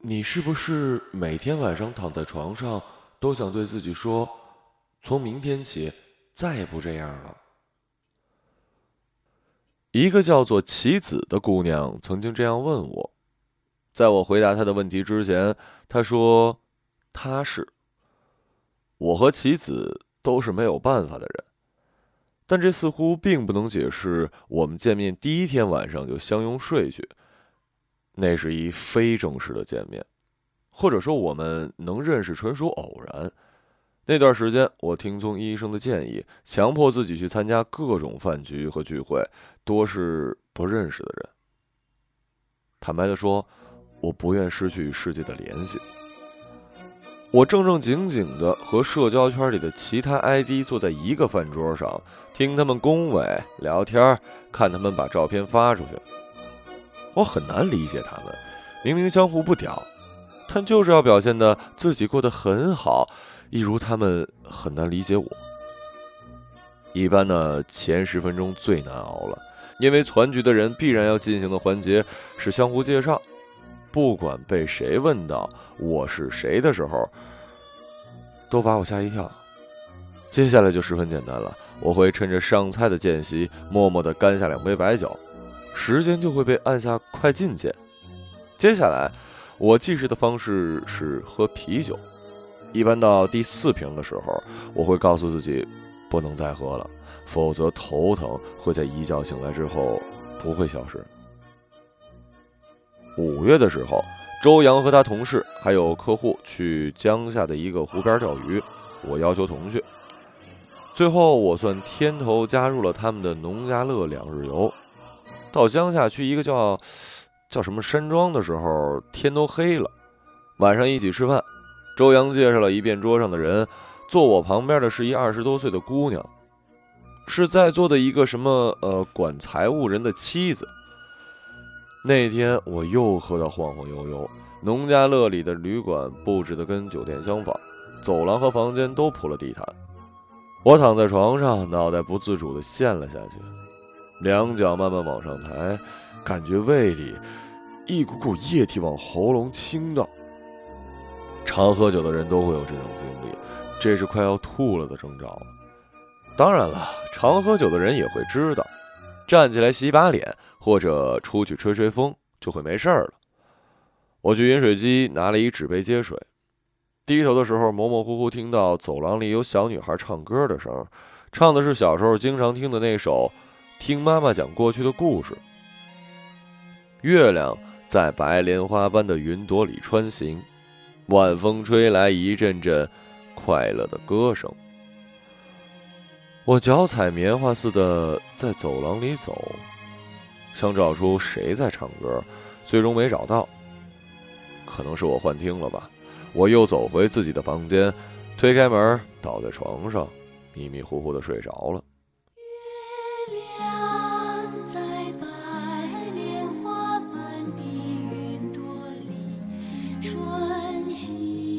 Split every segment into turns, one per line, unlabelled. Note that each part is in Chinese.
你是不是每天晚上躺在床上都想对自己说，从明天起再也不这样了？一个叫做棋子的姑娘曾经这样问我，在我回答她的问题之前，她说她是。我和棋子都是没有办法的人，但这似乎并不能解释我们见面第一天晚上就相拥睡去，那是一非正式的见面，或者说我们能认识纯属偶然。那段时间，我听从医生的建议，强迫自己去参加各种饭局和聚会，多是不认识的人。坦白地说，我不愿失去与世界的联系。我正正经经地和社交圈里的其他 ID 坐在一个饭桌上，听他们恭维、聊天，看他们把照片发出去。我很难理解他们，明明相互不屌，但就是要表现得自己过得很好，一如他们很难理解我。一般呢，前10分钟最难熬了，因为团局的人必然要进行的环节是相互介绍。不管被谁问到我是谁的时候，都把我吓一跳。接下来就十分简单了，我会趁着上菜的间隙，默默地干下2杯白酒，时间就会被按下快进键。接下来，我计时的方式是喝啤酒，一般到第4瓶的时候，我会告诉自己不能再喝了，否则头疼会在一觉醒来之后不会消失。5月的时候，周洋和他同事还有客户去江夏的一个湖边钓鱼，我要求同去。最后我算天头加入了他们的农家乐2日游。到江夏去一个叫什么山庄的时候，天都黑了。晚上一起吃饭，周洋介绍了一遍桌上的人，坐我旁边的是一20多岁的姑娘，是在座的一个什么管财务人的妻子。那天我又喝得晃晃悠悠，农家乐里的旅馆布置得跟酒店相仿，走廊和房间都铺了地毯。我躺在床上，脑袋不自主地陷了下去，两脚慢慢往上抬，感觉胃里一股股液体往喉咙倾倒。常喝酒的人都会有这种经历，这是快要吐了的征兆了。当然了，常喝酒的人也会知道，站起来洗把脸或者出去吹吹风就会没事了。我去饮水机拿了一纸杯接水，低头的时候模模糊糊听到走廊里有小女孩唱歌的声，唱的是小时候经常听的那首听妈妈讲过去的故事。月亮在白莲花般的云朵里穿行，晚风吹来一阵阵快乐的歌声。我脚踩棉花似的在走廊里走，想找出谁在唱歌，最终没找到。可能是我幻听了吧。我又走回自己的房间，推开门，倒在床上，迷迷糊糊的睡着了。
月亮在白莲花般的云朵里穿行。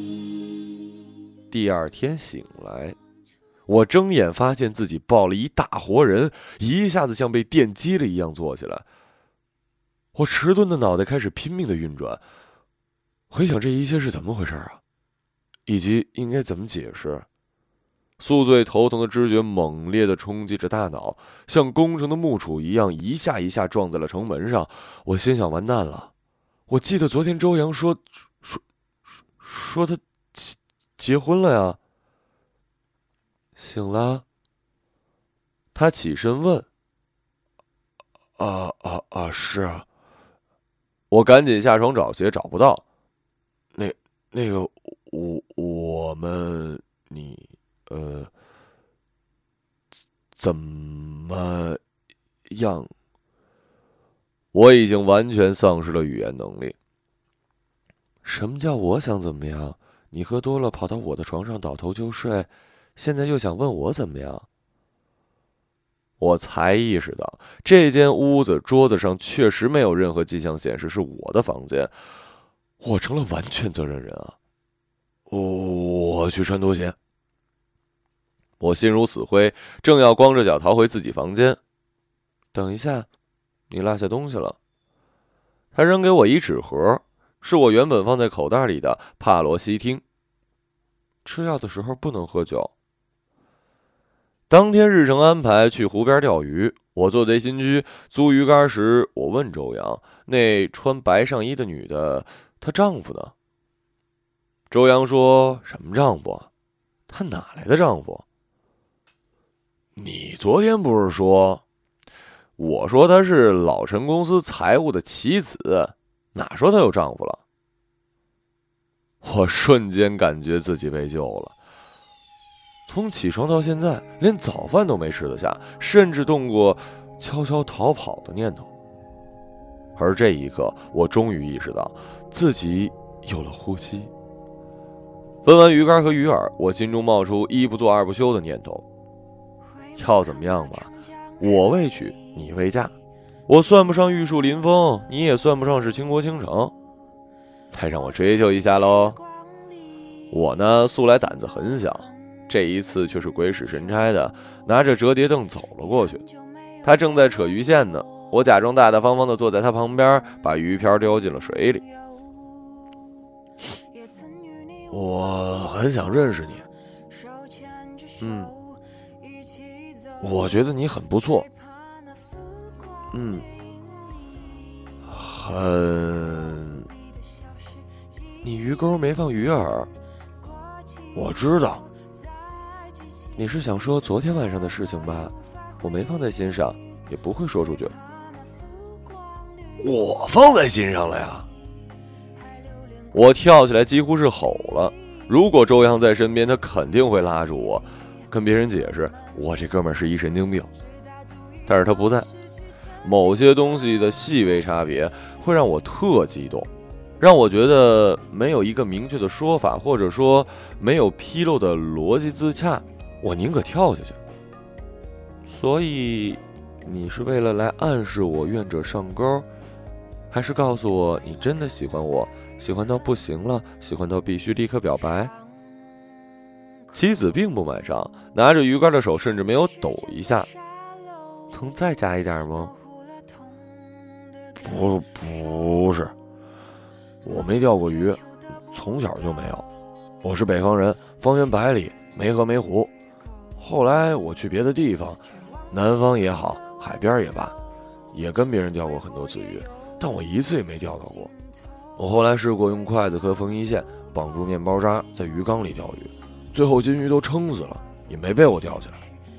第2天醒来，我睁眼发现自己抱了一大活人，一下子像被电击了一样坐起来。我迟钝的脑袋开始拼命的运转，回想这一切是怎么回事啊，以及应该怎么解释。宿醉头疼的知觉猛烈地冲击着大脑，像攻城的木杵一样，一下一下撞在了城门上。我心想完蛋了，我记得昨天周洋说他结婚了呀。醒了，他起身问：是啊。我赶紧下床找鞋，找不到。那个我们怎么样？我已经完全丧失了语言能力。什么叫我想怎么样？你喝多了跑到我的床上倒头就睡，现在又想问我怎么样？我才意识到，这间屋子桌子上确实没有任何迹象显示是我的房间，我成了完全责任人啊！我去穿拖鞋。我心如死灰，正要光着脚逃回自己房间。等一下，你落下东西了。他扔给我一纸盒， 是我原本放在口袋里的帕罗西汀。吃药的时候不能喝酒。当天日程安排去湖边钓鱼，我做贼心虚，租鱼竿时，我问周阳，那穿白上衣的女的，她丈夫呢？周阳说，什么丈夫啊？她哪来的丈夫？你昨天不是说？我说她是老陈公司财务的棋子，哪说她有丈夫了？我瞬间感觉自己被救了。从起床到现在，连早饭都没吃得下，甚至动过悄悄逃跑的念头。而这一刻，我终于意识到自己有了呼吸。分完鱼竿和鱼饵，我心中冒出一不做二不休的念头：要怎么样吧？我未娶，你未嫁，我算不上玉树临风，你也算不上是倾国倾城，来让我追求一下喽。我呢，素来胆子很小，这一次却是鬼使神差的拿着折叠凳走了过去。他正在扯鱼线呢，我假装大大方方的坐在他旁边，把鱼漂丢进了水里。我很想认识你。我觉得你很不错。你鱼钩没放鱼饵。我知道。你是想说昨天晚上的事情吧？我没放在心上，也不会说出去。我放在心上了呀！我跳起来几乎是吼了。如果周阳在身边，他肯定会拉住我，跟别人解释我这哥们儿是一神经病。但是他不在，某些东西的细微差别会让我特激动，让我觉得没有一个明确的说法，或者说没有纰漏的逻辑自洽，我宁可跳下去。所以你是为了来暗示我愿者上钩，还是告诉我你真的喜欢我，喜欢到不行了，喜欢到必须立刻表白？妻子并不满上，拿着鱼竿的手甚至没有抖一下。能再加一点吗？不是，我没钓过鱼，从小就没有。我是北方人，方圆100里没河没湖。后来我去别的地方，南方也好，海边也罢，也跟别人钓过很多次鱼，但我一次也没钓到过。我后来试过用筷子和缝衣线绑住面包渣，在鱼缸里钓鱼，最后金鱼都撑死了，也没被我钓起来。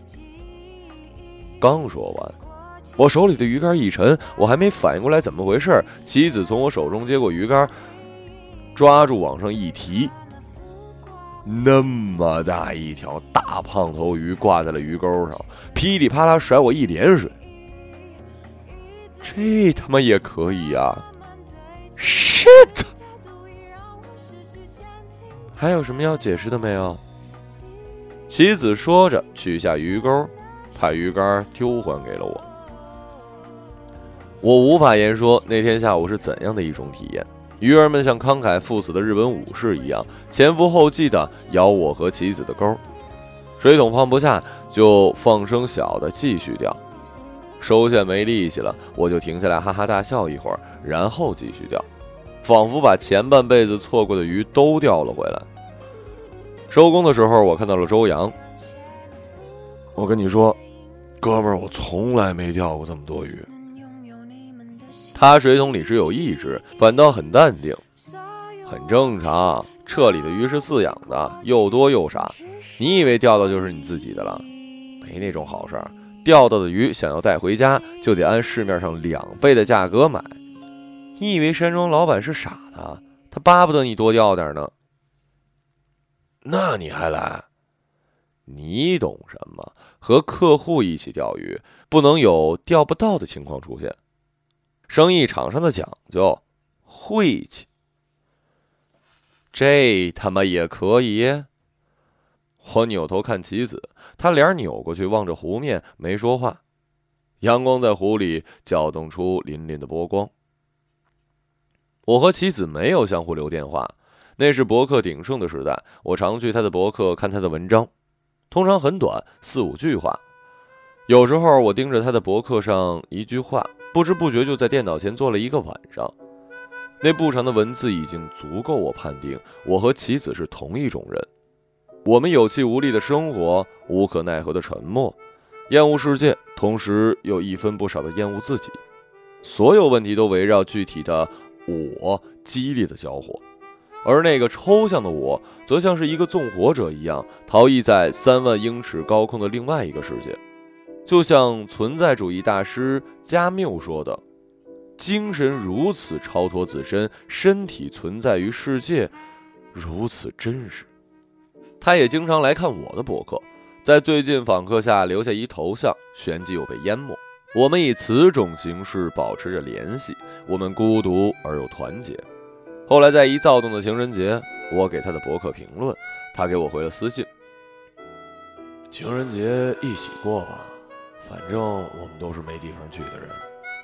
刚说完，我手里的鱼竿一沉，我还没反应过来怎么回事，妻子从我手中接过鱼竿，抓住往上一提，那么大一条大胖头鱼挂在了鱼钩上，噼里啪啦甩我一脸水。这他妈也可以呀！shit！ 还有什么要解释的没有？妻子说着取下鱼钩，把鱼竿丢还给了我。我无法言说那天下午是怎样的一种体验。鱼儿们像慷慨赴死的日本武士一样，前赴后继地咬我和妻子的钩。水桶放不下，就放声小的继续钓。收线没力气了，我就停下来哈哈大笑一会儿，然后继续钓，仿佛把前半辈子错过的鱼都钓了回来。收工的时候，我看到了周阳。我跟你说，哥们儿，我从来没钓过这么多鱼。他水桶里只有1只，反倒很淡定。很正常，这里的鱼是饲养的，又多又傻。你以为钓到就是你自己的了？没那种好事儿。钓到的鱼想要带回家，就得按市面上2倍的价格买。你以为山庄老板是傻的？他巴不得你多钓点呢。那你还来？你懂什么？和客户一起钓鱼，不能有钓不到的情况出现。生意场上的讲究，晦气。这他妈也可以？我扭头看妻子，她脸扭过去望着湖面，没说话。阳光在湖里搅动出粼粼的波光。我和妻子没有相互留电话，那是博客鼎盛的时代，我常去他的博客看他的文章，通常很短，4、5句话。有时候我盯着他的博客上一句话，不知不觉就在电脑前坐了1个晚上。 那不长的文字已经足够我判定我和棋子是同一种人。我们有气无力的生活，无可奈何的沉默，厌恶世界，同时又一分不少的厌恶自己。所有问题都围绕具体的我激烈的交火，而那个抽象的我则像是一个纵火者一样，逃逸在3万英尺高空的另外一个世界。就像存在主义大师加缪说的，精神如此超脱自身，身体存在于世界，如此真实。他也经常来看我的博客，在最近访客下留下一头像，旋即又被淹没。我们以此种形式保持着联系，我们孤独而又团结。后来在一躁动的情人节，我给他的博客评论，他给我回了私信：情人节一起过吧，反正我们都是没地方去的人。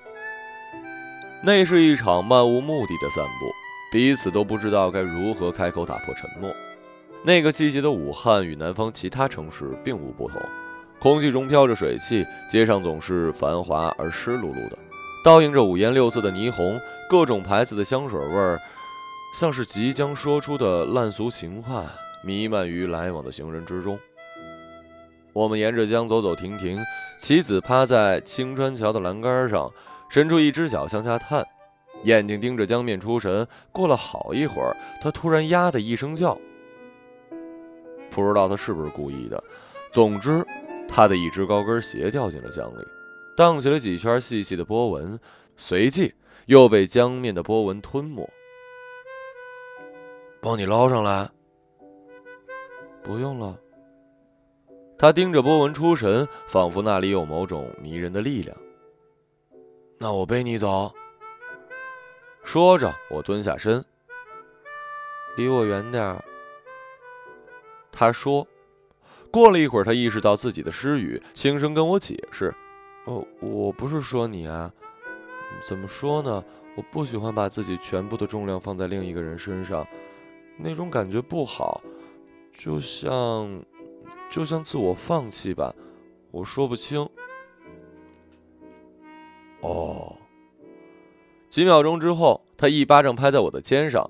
那是一场漫无目的的散步，彼此都不知道该如何开口打破沉默。那个季节的武汉与南方其他城市并无不同，空气中飘着水汽，街上总是繁华而湿漉漉的，倒映着五颜六色的霓虹，各种牌子的香水味儿，像是即将说出的烂俗情话，弥漫于来往的行人之中。我们沿着江走走停停，棋子趴在青川桥的栏杆上，伸出一只脚向下探，眼睛盯着江面出神。过了好一会儿，他突然呀的一声叫，不知道他是不是故意的，总之他的一只高跟鞋掉进了江里，荡起了几圈细细的波纹，随即又被江面的波纹吞没。帮你捞上来。不用了。他盯着波纹出神，仿佛那里有某种迷人的力量。那我背你走。说着我蹲下身。离我远点。他说。过了一会儿，他意识到自己的失语，轻声跟我解释：我不是说你啊，怎么说呢，我不喜欢把自己全部的重量放在另一个人身上，那种感觉不好，就像自我放弃吧，我说不清。哦。几秒钟之后，他一巴掌拍在我的肩上。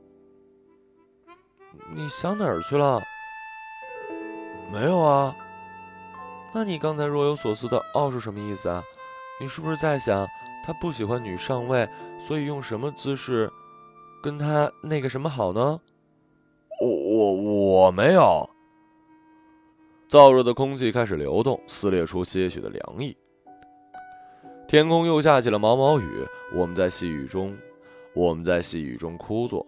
你想哪儿去了？没有啊。那你刚才若有所思的是什么意思啊？你是不是在想他不喜欢女上位，所以用什么姿势跟他那个什么好呢？我没有。燥热的空气开始流动，撕裂出些许的凉意。天空又下起了毛毛雨，我们在细雨中枯坐。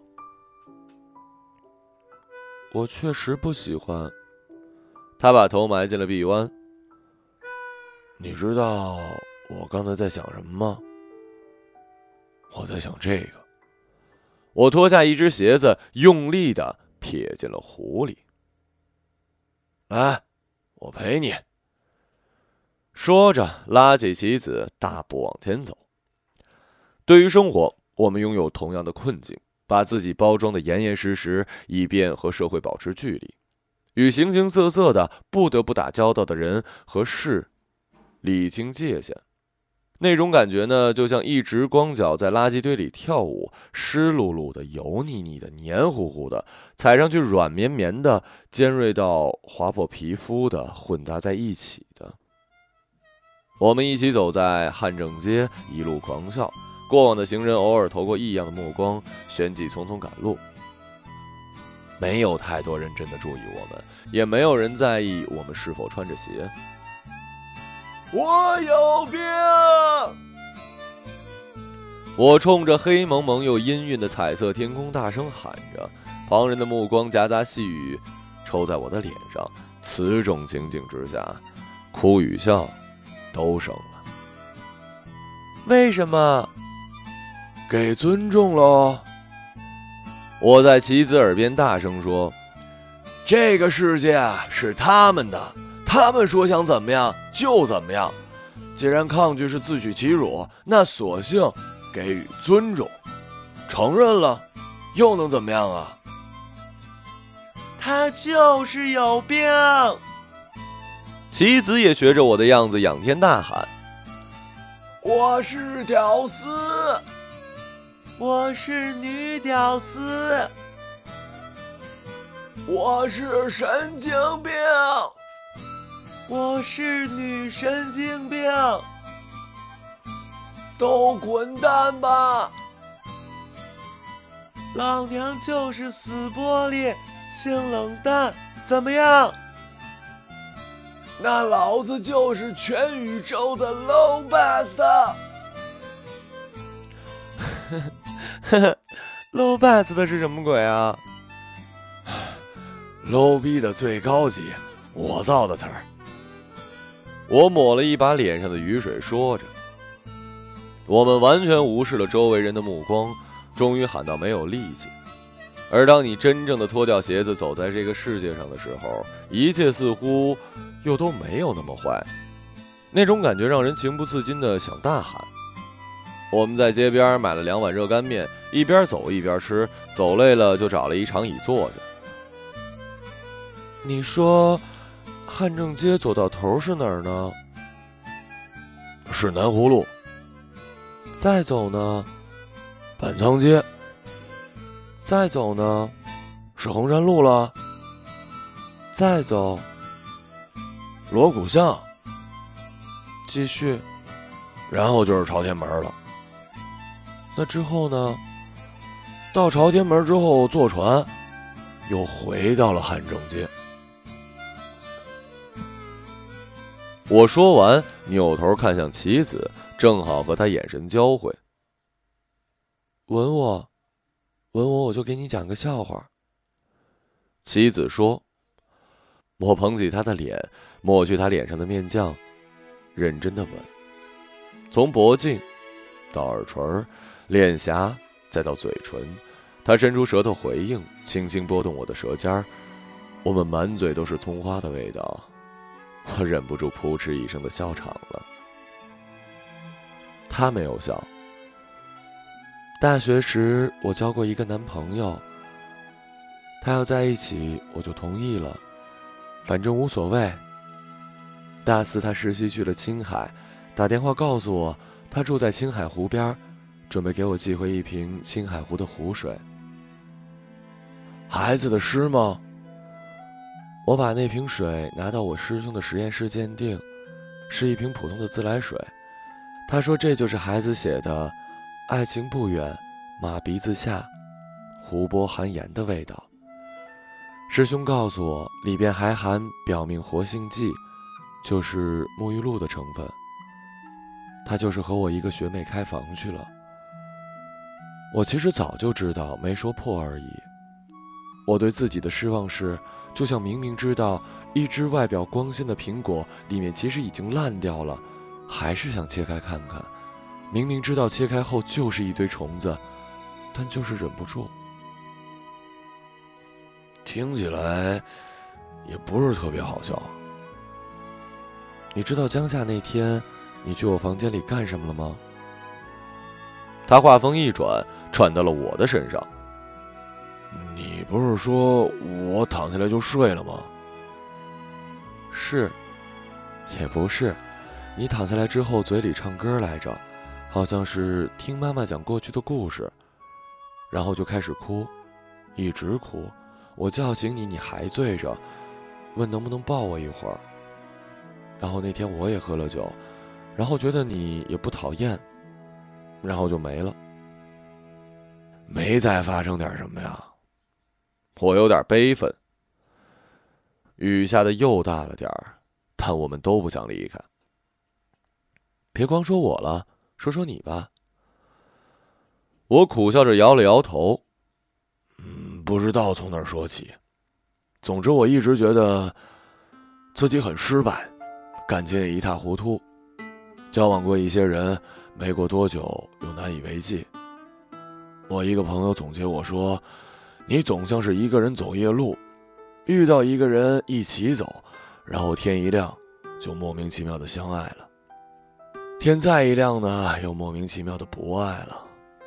我确实不喜欢。他把头埋进了臂弯。你知道我刚才在想什么吗？我在想这个。我脱下一只鞋子，用力地撇进了湖里。来，我陪你。说着拉起棋子，大步往前走。对于生活，我们拥有同样的困境，把自己包装得严严实实，以便和社会保持距离，与形形色色的不得不打交道的人和事理清界限。那种感觉呢，就像一直光脚在垃圾堆里跳舞，湿漉漉的，油腻腻的，黏糊糊的，踩上去软绵绵的，尖锐到划破皮肤的，混杂在一起的。我们一起走在汉正街，一路狂笑，过往的行人偶尔投过异样的目光，旋即匆匆赶路。没有太多人真的注意我们，也没有人在意我们是否穿着鞋。我有病！我冲着黑蒙蒙又阴郁的彩色天空大声喊着，旁人的目光夹杂细语抽在我的脸上，此种情景之下，哭与笑都生了。为什么？给尊重喽！我在棋子耳边大声说，这个世界是他们的，他们说想怎么样就怎么样，既然抗拒是自取其辱，那索性给予尊重，承认了又能怎么样啊？他就是有病！棋子也学着我的样子仰天大喊，我是屌丝！ 我是女屌丝，我是神经病，我是女神经病，都滚蛋吧！老娘就是死玻璃，性冷淡，怎么样？那老子就是全宇宙的 low best。low best 的是什么鬼啊？low 逼的最高级，我造的词儿。我抹了一把脸上的雨水，说着。我们完全无视了周围人的目光，终于喊到没有力气。而当你真正的脱掉鞋子走在这个世界上的时候，一切似乎又都没有那么坏。那种感觉让人情不自禁地想大喊。我们在街边买了2碗热干面，一边走一边吃，走累了就找了一长椅坐着。你说汉正街走到头是哪儿呢？是南湖路。再走呢？板仓街。再走呢？是衡山路了。再走，锣鼓巷。继续，然后就是朝天门了。那之后呢？到朝天门之后坐船，又回到了汉正街。我说完，扭头看向棋子，正好和他眼神交汇。吻我，我就给你讲个笑话。棋子说。我捧起他的脸，抹去他脸上的面酱，认真的吻，从脖颈到耳垂、脸颊，再到嘴唇。他伸出舌头回应，轻轻拨动我的舌尖。我们满嘴都是葱花的味道，我忍不住扑哧一声的笑场了。他没有笑。大学时我交过一个男朋友，他要在一起我就同意了，反正无所谓。大4他实习去了青海，打电话告诉我他住在青海湖边，准备给我寄回一瓶青海湖的湖水。孩子的诗吗？我把那瓶水拿到我师兄的实验室鉴定，是一瓶普通的自来水。他说这就是孩子写的爱情不远，马鼻子下，湖泊含盐的味道。师兄告诉我里边还含表命活性剂，就是沐浴露的成分。他就是和我一个学妹开房去了。我其实早就知道，没说破而已。我对自己的失望是，就像明明知道一只外表光鲜的苹果里面其实已经烂掉了，还是想切开看看。明明知道切开后就是一堆虫子，但就是忍不住。听起来也不是特别好笑。你知道江夏那天你去我房间里干什么了吗？他话锋一转，转到了我的身上。你不是说我躺下来就睡了吗？是，也不是。你躺下来之后嘴里唱歌来着，好像是听妈妈讲过去的故事，然后就开始哭，一直哭。我叫醒你，你还醉着，问能不能抱我一会儿。然后那天我也喝了酒，然后觉得你也不讨厌，然后就没了。没再发生点什么呀？我有点悲愤。雨下的又大了点儿，但我们都不想离开。别光说我了，说说你吧。我苦笑着摇了摇头。不知道从哪儿说起。总之我一直觉得自己很失败，感情也一塌糊涂，交往过一些人，没过多久又难以为继。我一个朋友总结我说，你总像是一个人走夜路，遇到一个人一起走，然后天一亮就莫名其妙的相爱了，天再一亮呢，又莫名其妙的不爱了。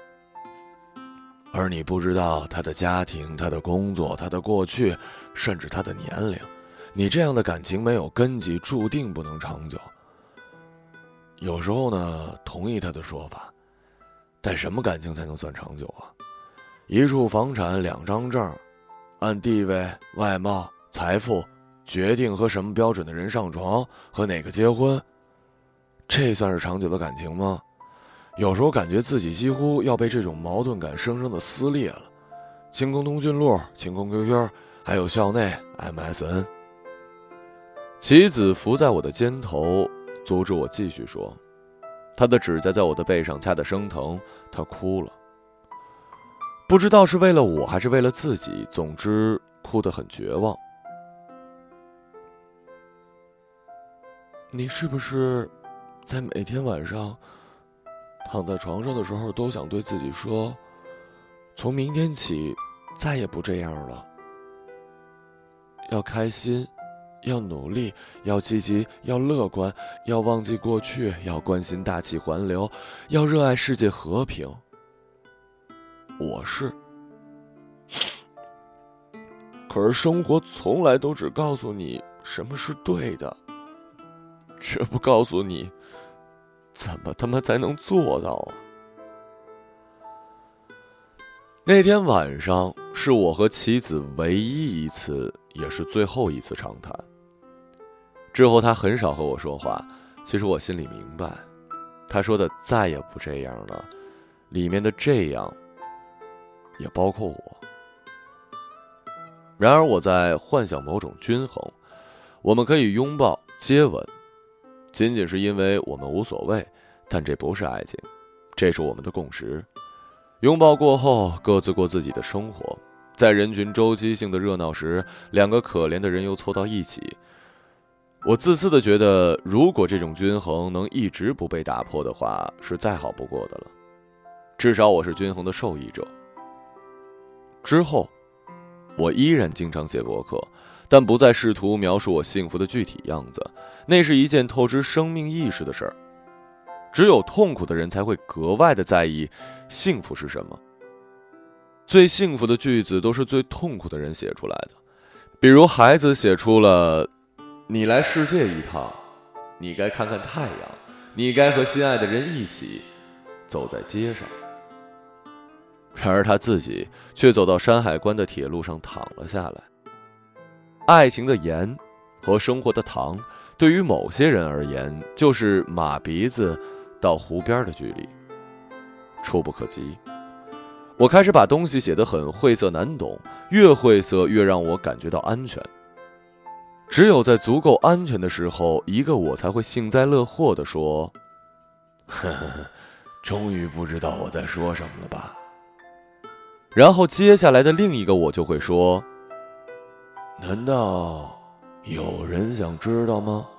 而你不知道他的家庭，他的工作，他的过去，甚至他的年龄。你这样的感情没有根基，注定不能长久。有时候呢，同意他的说法， 但什么感情才能算长久啊？一处房产，2张证，按地位、外貌、财富决定和什么标准的人上床，和哪个结婚，这算是长久的感情吗？有时候感觉自己几乎要被这种矛盾感生生的撕裂了。清空通讯录，清空 QQ， 还有校内 MSN。 棋子伏在我的肩头，阻止我继续说。他的指甲在我的背上掐得生疼，他哭了，不知道是为了我还是为了自己，总之哭得很绝望。你是不是在每天晚上躺在床上的时候都想对自己说，从明天起再也不这样了，要开心，要努力，要积极，要乐观，要忘记过去，要关心大气环流，要热爱世界和平。我是，可是生活从来都只告诉你什么是对的，却不告诉你怎么他妈才能做到啊。那天晚上是我和妻子唯一一次，也是最后一次长谈。之后他很少和我说话，其实我心里明白，他说的再也不这样了，里面的这样也包括我。然而我在幻想某种均衡，我们可以拥抱接吻，仅仅是因为我们无所谓，但这不是爱情，这是我们的共识。拥抱过后，各自过自己的生活，在人群周期性的热闹时，2个可怜的人又凑到一起。我自私地觉得，如果这种均衡能一直不被打破的话，是再好不过的了。至少我是均衡的受益者。之后我依然经常写博客，但不再试图描述我幸福的具体样子，那是一件透支生命意识的事儿。只有痛苦的人才会格外的在意幸福是什么。最幸福的句子都是最痛苦的人写出来的，比如孩子写出了你来世界一趟，你该看看太阳，你该和心爱的人一起走在街上。然而他自己却走到山海关的铁路上躺了下来。爱情的盐和生活的糖，对于某些人而言，就是马鼻子到湖边的距离，触不可及。我开始把东西写得很晦涩难懂，越晦涩越让我感觉到安全。只有在足够安全的时候，一个我才会幸灾乐祸地说，呵呵，终于不知道我在说什么了吧。然后接下来的另一个我就会说，难道有人想知道吗？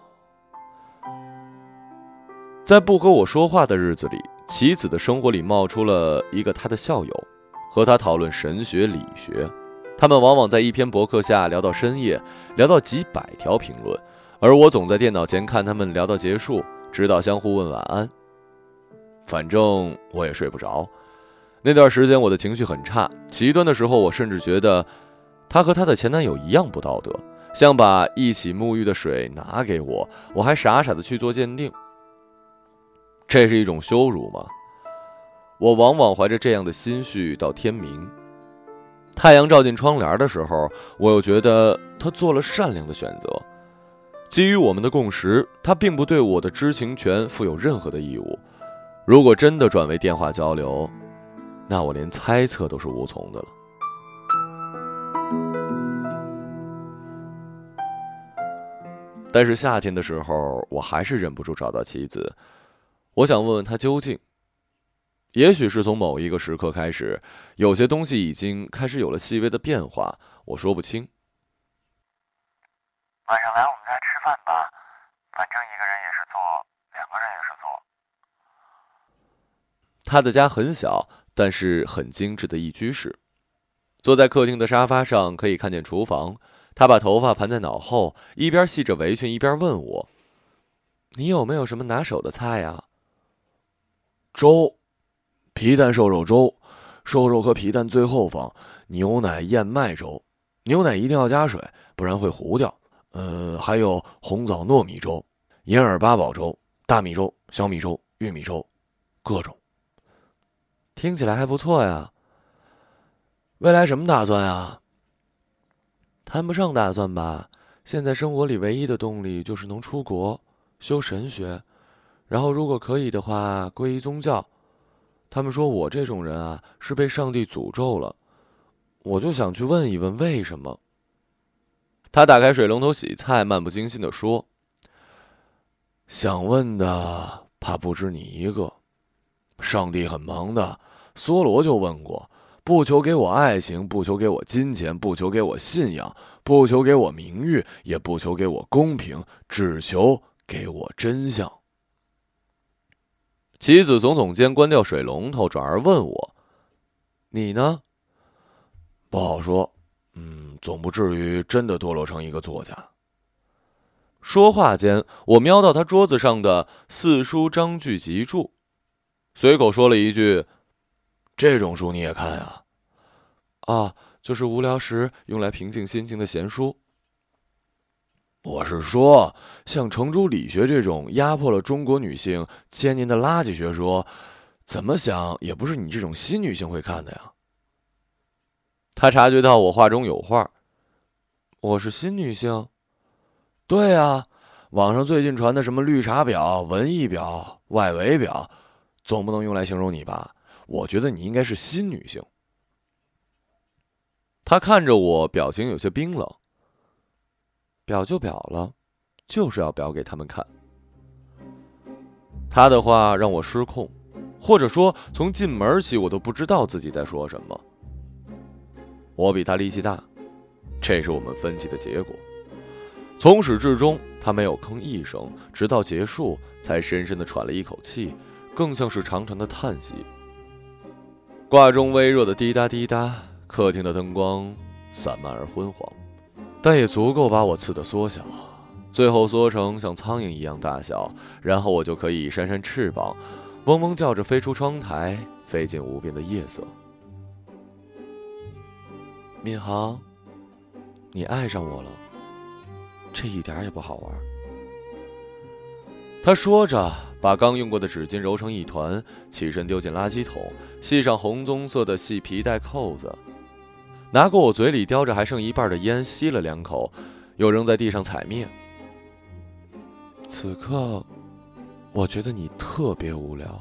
在不和我说话的日子里，棋子的生活里冒出了一个他的校友，和他讨论神学理学。他们往往在一篇博客下聊到深夜，聊到几百条评论，而我总在电脑前看他们聊到结束，直到相互问晚安。反正我也睡不着。那段时间我的情绪很差，极端的时候我甚至觉得她和她的前男友一样不道德，想把一起沐浴的水拿给我，我还傻傻的去做鉴定。这是一种羞辱吗？我往往怀着这样的心绪到天明。太阳照进窗帘的时候，我又觉得他做了善良的选择。基于我们的共识，他并不对我的知情权负有任何的义务。如果真的转为电话交流，那我连猜测都是无从的了。但是夏天的时候，我还是忍不住找到妻子，我想问问他究竟。也许是从某一个时刻开始，有些东西已经开始有了细微的变化，我说不清。
晚上来我们家吃饭吧，反正一个人也是做，两个人也是做。
他的家很小，但是很精致的一居室。坐在客厅的沙发上，可以看见厨房。他把头发盘在脑后，一边系着围裙，一边问我：“你有没有什么拿手的菜呀？”粥。皮蛋瘦肉粥，瘦肉和皮蛋最后放，牛奶燕麦粥，牛奶一定要加水，不然会糊掉。还有红枣糯米粥、银耳八宝粥、大米粥、小米粥、玉米粥，各种。 听起来还不错呀。未来什么打算呀？谈不上打算吧，现在生活里唯一的动力就是能出国修神学，然后如果可以的话皈依宗教。他们说我这种人啊是被上帝诅咒了，我就想去问一问为什么。他打开水龙头洗菜，漫不经心地说：想问的怕不止你一个，上帝很忙的，梭罗就问过，不求给我爱情，不求给我金钱，不求给我信仰，不求给我名誉，也不求给我公平，只求给我真相。棋子耸耸肩，关掉水龙头，转而问我：你呢？不好说，总不至于真的堕落成一个作家。说话间，我瞄到他桌子上的四书章句集注，随口说了一句：这种书你也看啊？啊，就是无聊时用来平静心情的闲书。我是说，像程朱理学这种压迫了中国女性千年的垃圾学说，怎么想也不是你这种新女性会看的呀。他察觉到我话中有话。我是新女性？对啊，网上最近传的什么绿茶婊、文艺婊、外围婊，总不能用来形容你吧？我觉得你应该是新女性。他看着我，表情有些冰冷。表就表了，就是要表给他们看。他的话让我失控，或者说从进门起我都不知道自己在说什么。我比他力气大，这是我们分歧的结果。从始至终他没有吭一声，直到结束才深深地喘了一口气，更像是长长的叹息。挂钟微弱的滴答滴答，客厅的灯光散漫而昏黄，但也足够把我刺得缩小，最后缩成像苍蝇一样大小，然后我就可以扇扇翅膀，嗡嗡叫着飞出窗台，飞进无边的夜色。闵行，你爱上我了，这一点也不好玩。他说着，把刚用过的纸巾揉成一团，起身丢进垃圾桶，系上红棕色的细皮带扣子，拿过我嘴里叼着还剩一半的烟，吸了2口，又扔在地上踩灭。此刻，我觉得你特别无聊。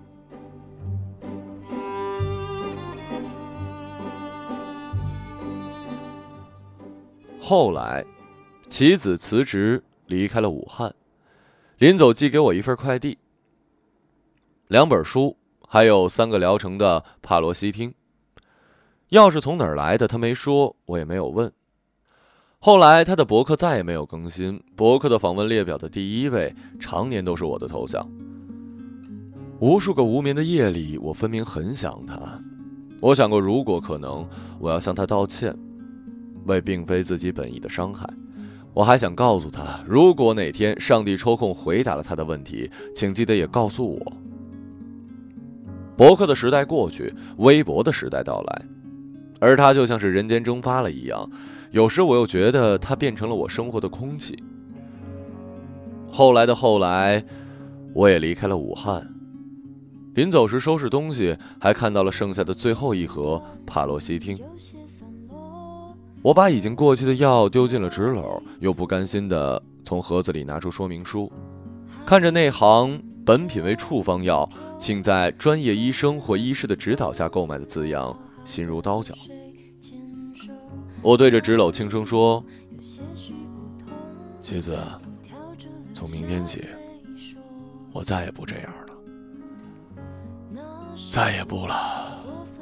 后来，棋子辞职离开了武汉，临走寄给我一份快递，2本书，还有3个疗程的帕罗西汀。钥匙从哪儿来的他没说，我也没有问。后来他的博客再也没有更新，博客的访问列表的第1位常年都是我的头像。无数个无眠的夜里，我分明很想他。我想过，如果可能，我要向他道歉，为并非自己本意的伤害。我还想告诉他，如果哪天上帝抽空回答了他的问题，请记得也告诉我。博客的时代过去，微博的时代到来，而他就像是人间蒸发了一样，有时我又觉得他变成了我生活的空气。后来的后来，我也离开了武汉。临走时收拾东西，还看到了剩下的最后一盒帕罗西汀。我把已经过期的药丢进了纸篓，又不甘心地从盒子里拿出说明书，看着那行本品为处方药，请在专业医生或医师的指导下购买的字样，心如刀绞。我对着纸篓轻声说：妻子，从明天起，我再也不这样了，再也不了。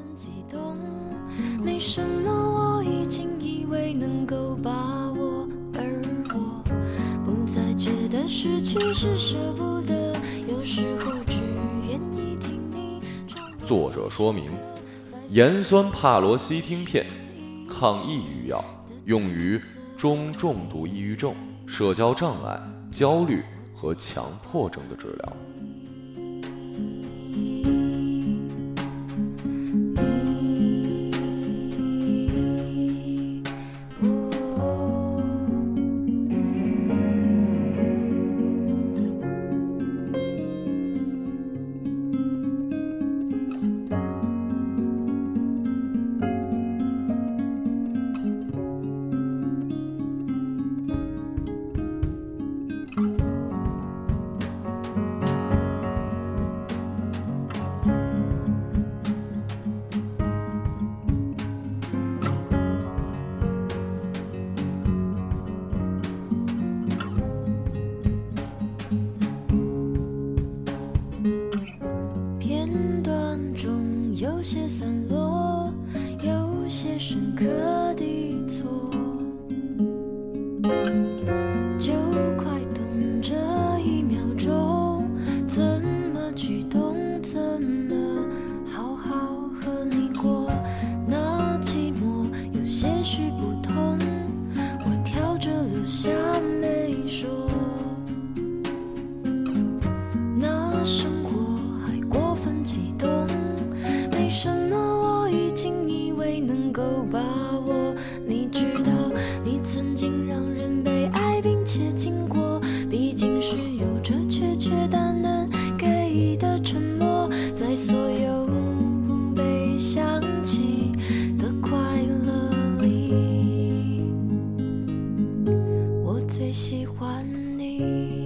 没什么我已经以为能够把握，而我不再觉得失去是舍不得，有时候只愿意听你唱。
作者说明：盐酸帕罗西汀片，抗抑郁药，用于中重度抑郁症、社交障碍、焦虑和强迫症的治疗。
些散落，有些深刻的错，就快懂这一秒钟，怎么举动，怎么好好和你过。那寂寞有些许不同，我挑着留下没说。那生活还过分激动，没什么我已经以为能够把握。你知道你曾经让人被爱并且经过，毕竟是有着确确淡淡给的沉默，在所有不被想起的快乐里，我最喜欢你。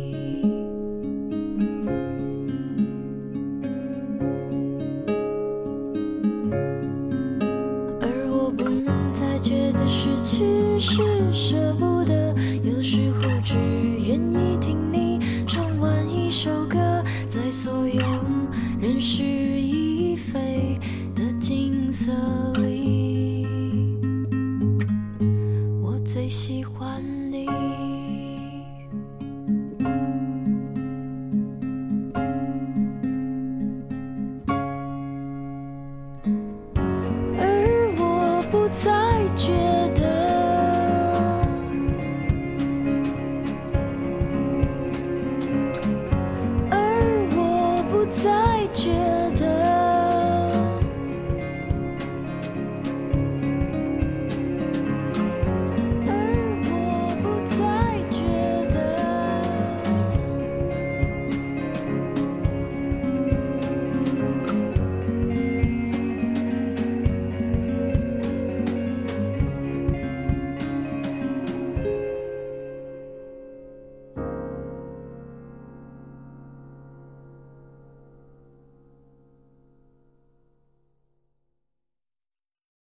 而我不再觉得失去是舍不得，有时候只愿意听你唱完一首歌，在所有人事已非的景色里，我最喜